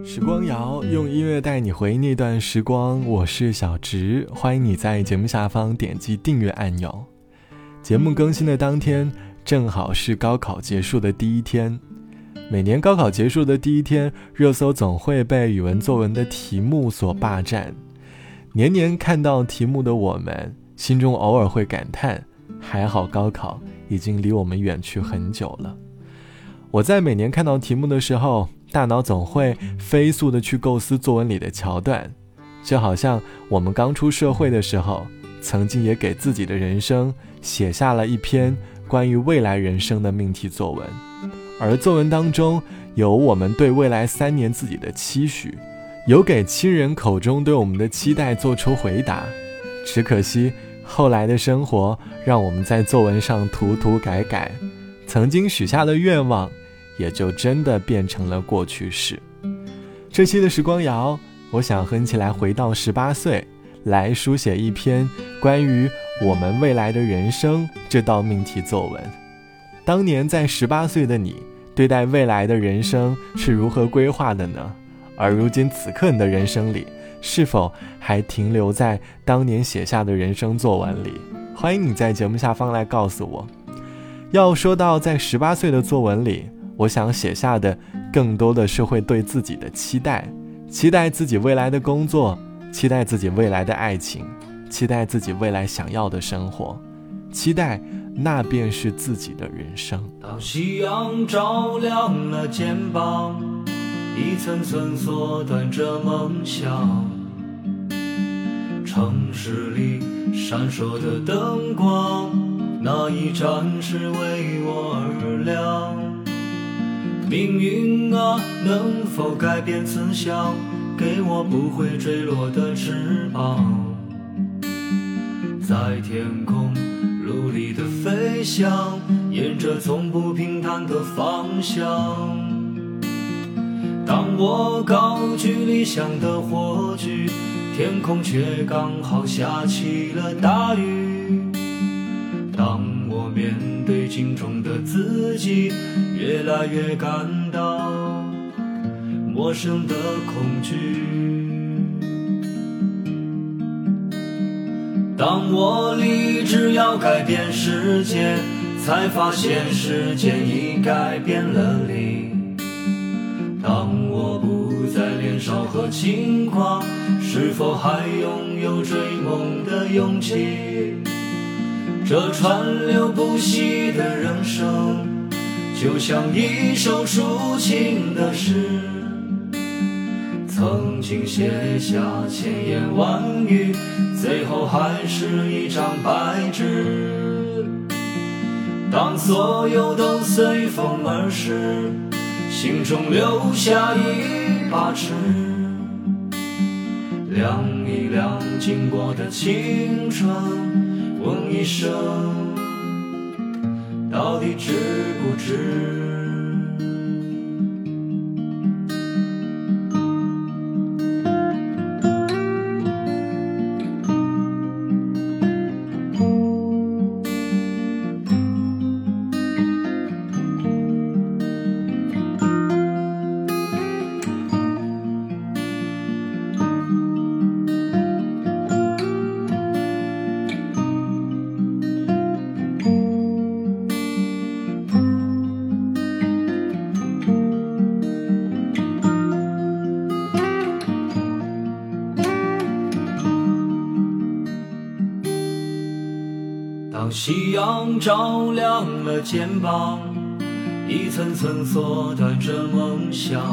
时光谣用音乐带你回忆那段时光，我是小植，欢迎你在节目下方点击订阅按钮。节目更新的当天正好是高考结束的第一天，每年高考结束的第一天，热搜总会被语文作文的题目所霸占。年年看到题目的我们，心中偶尔会感叹，还好高考已经离我们远去很久了。我在每年看到题目的时候，大脑总会飞速地去构思作文里的桥段，就好像我们刚出社会的时候，曾经也给自己的人生写下了一篇关于未来人生的命题作文，而作文当中有我们对未来3年自己的期许，有给亲人口中对我们的期待做出回答。只可惜后来的生活让我们在作文上涂涂改改，曾经许下的愿望也就真的变成了过去式。这期的时光谣，我想和你一起来回到18岁，来书写一篇关于我们未来的人生这道命题作文。当年在18岁的你，对待未来的人生是如何规划的呢？而如今此刻你的人生里，是否还停留在当年写下的人生作文里？欢迎你在节目下方来告诉我。要说到在18岁的作文里，我想写下的更多的是会对自己的期待，期待自己未来的工作，期待自己未来的爱情，期待自己未来想要的生活，期待那便是自己的人生。 当夕阳照亮了肩膀，一层层缩短着梦想，城市里闪烁的灯光，那一盏是为我而亮。命运啊，能否改变慈祥，给我不会坠落的翅膀，在天空努力的飞翔，沿着从不平坦的方向。当我高举理想的火炬，天空却刚好下起了大雨。当我面对镜中的自己，越来越感到陌生的恐惧。当我立志要改变世界，才发现时间已改变了你。当我不再年少和轻狂，是否还拥有追梦的勇气？这川流不息的人生，就像一首抒情的诗，曾经写下千言万语，最后还是一张白纸。当所有都随风而逝，心中留下一把尺，量一量经过的青春，问一声到底值不值。当夕阳照亮了肩膀，一层层缩短着梦想，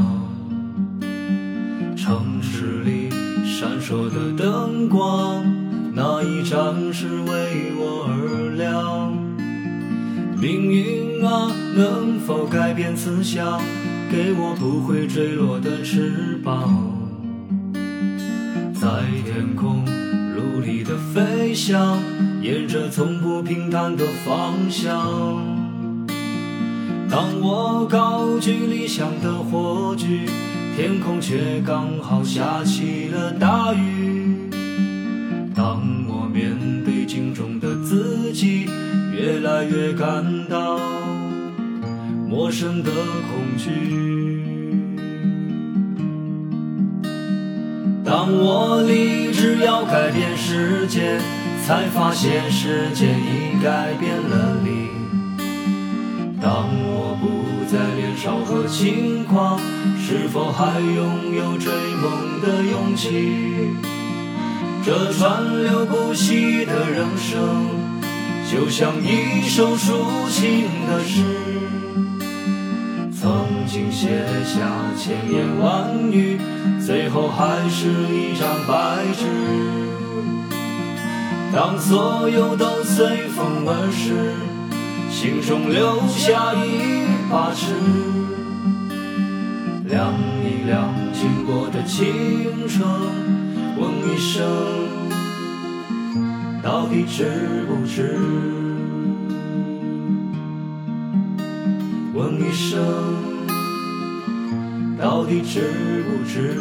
城市里闪烁的灯光，那一盏是为我而亮。命运啊，能否改变慈祥，给我不会坠落的翅膀，在天空努力的飞翔，沿着从不平坦的方向。当我高举理想的火炬，天空却刚好下起了大雨。当我面对镜中的自己，越来越感到陌生的恐惧。 当我立志要改变世界，才发现世界已改变了你。当我不再年少和轻狂，是否还拥有追梦的勇气？这川流不息的人生，就像一首抒情的诗，曾经写下千言万语，最后还是一张白纸。当所有都随风而逝，心中留下一把尺，量一量经过的青春，问一声到底值不值？问一声到底值不值？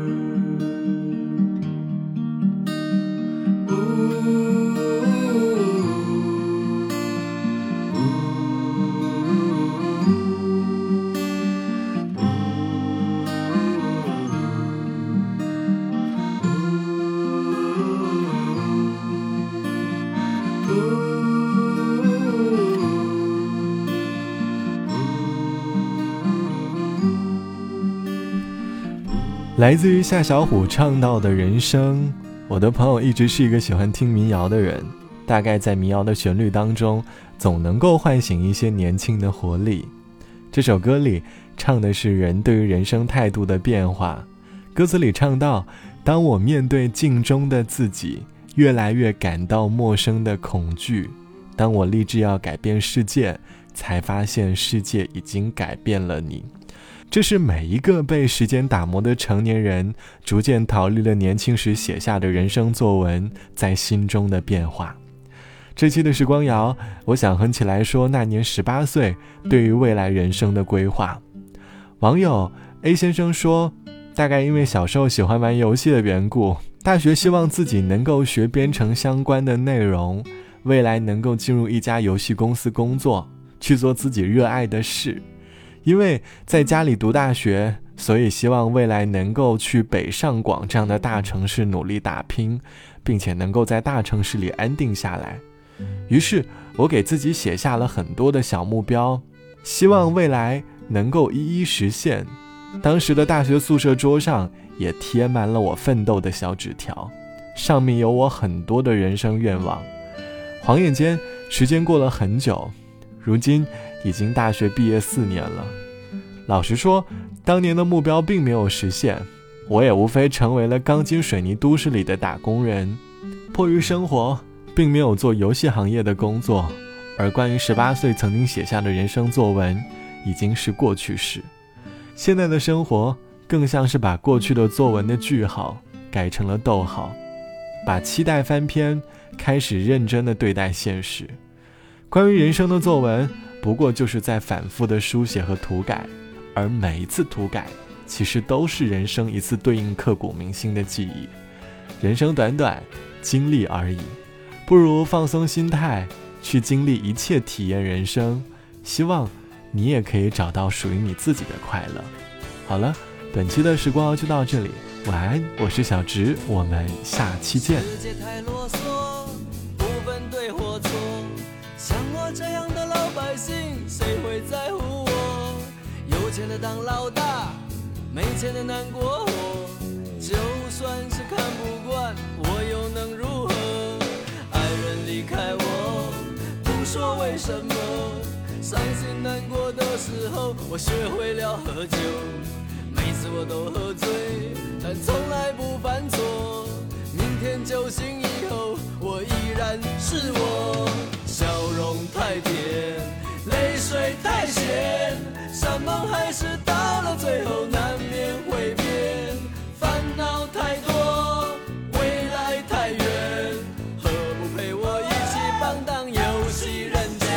来自于夏小虎唱到的人生。我的朋友一直是一个喜欢听民谣的人，大概在民谣的旋律当中总能够唤醒一些年轻的活力。这首歌里唱的是人对于人生态度的变化，歌词里唱到，当我面对镜中的自己越来越感到陌生的恐惧，当我立志要改变世界，才发现世界已经改变了你。这是每一个被时间打磨的成年人逐渐逃离了年轻时写下的人生作文在心中的变化。这期的时光谣，我想哼起来说那年18岁对于未来人生的规划。网友 A 先生说，大概因为小时候喜欢玩游戏的缘故，大学希望自己能够学编程相关的内容，未来能够进入一家游戏公司工作，去做自己热爱的事。因为在家里读大学，所以希望未来能够去北上广这样的大城市努力打拼，并且能够在大城市里安定下来。于是我给自己写下了很多的小目标，希望未来能够一一实现。当时的大学宿舍桌上也贴满了我奋斗的小纸条，上面有我很多的人生愿望。晃眼间时间过了很久，如今已经大学毕业4年了。老实说，当年的目标并没有实现，我也无非成为了钢筋水泥都市里的打工人，迫于生活并没有做游戏行业的工作，而关于18岁曾经写下的人生作文已经是过去式。现在的生活更像是把过去的作文的句号改成了逗号，把期待翻篇，开始认真地对待现实。关于人生的作文不过就是在反复的书写和涂改，而每一次涂改其实都是人生一次对应刻骨铭心的记忆。人生短短，经历而已，不如放松心态，去经历一切体验人生，希望你也可以找到属于你自己的快乐。好了，本期的时光就到这里，晚安，我是小直，我们下期见。 世界太啰嗦，不分对或错，像我这样的老百姓，谁会在乎我？有钱的当老大，没钱的难过活。就算是看不惯，我又能如何？爱人离开我，不说为什么。伤心难过的时候，我学会了喝酒。每次我都喝醉，但从来不犯错。明天酒醒以后，我依然是我。笑容太甜，泪水太咸，山盟海誓到了最后难免会变。烦恼太多，未来太远，何不陪我一起放荡游戏人间？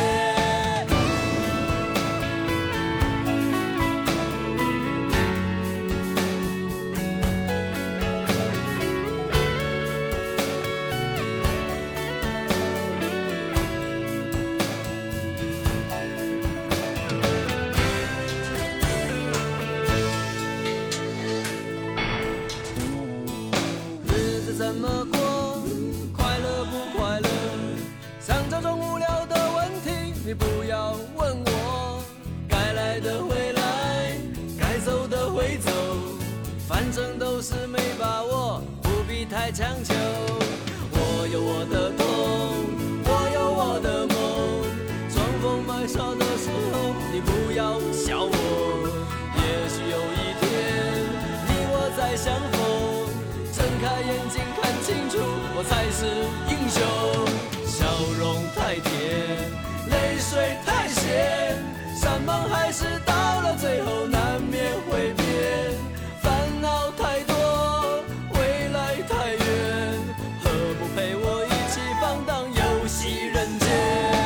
反正都是没把握，不必太强求。我有我的痛，我有我的梦，装疯卖傻的时候，你不要笑我。也许有一天，你我再相逢，睁开眼睛看清楚，我才是英雄。笑容太甜，泪水太咸，山盟海誓到了最后难免会变。烦恼太多，未来太远，何不陪我一起放荡游戏人间？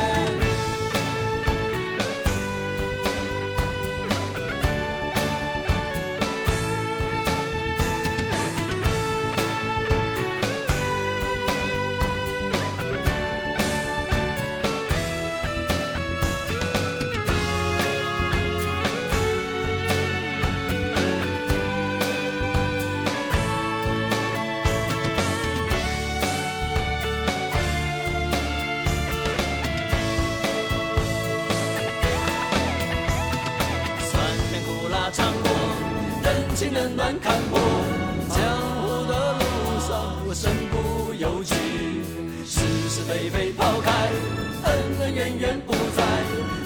冷暖看破，江湖的路上我身不由己，是是非非抛开，恩恩怨怨不再，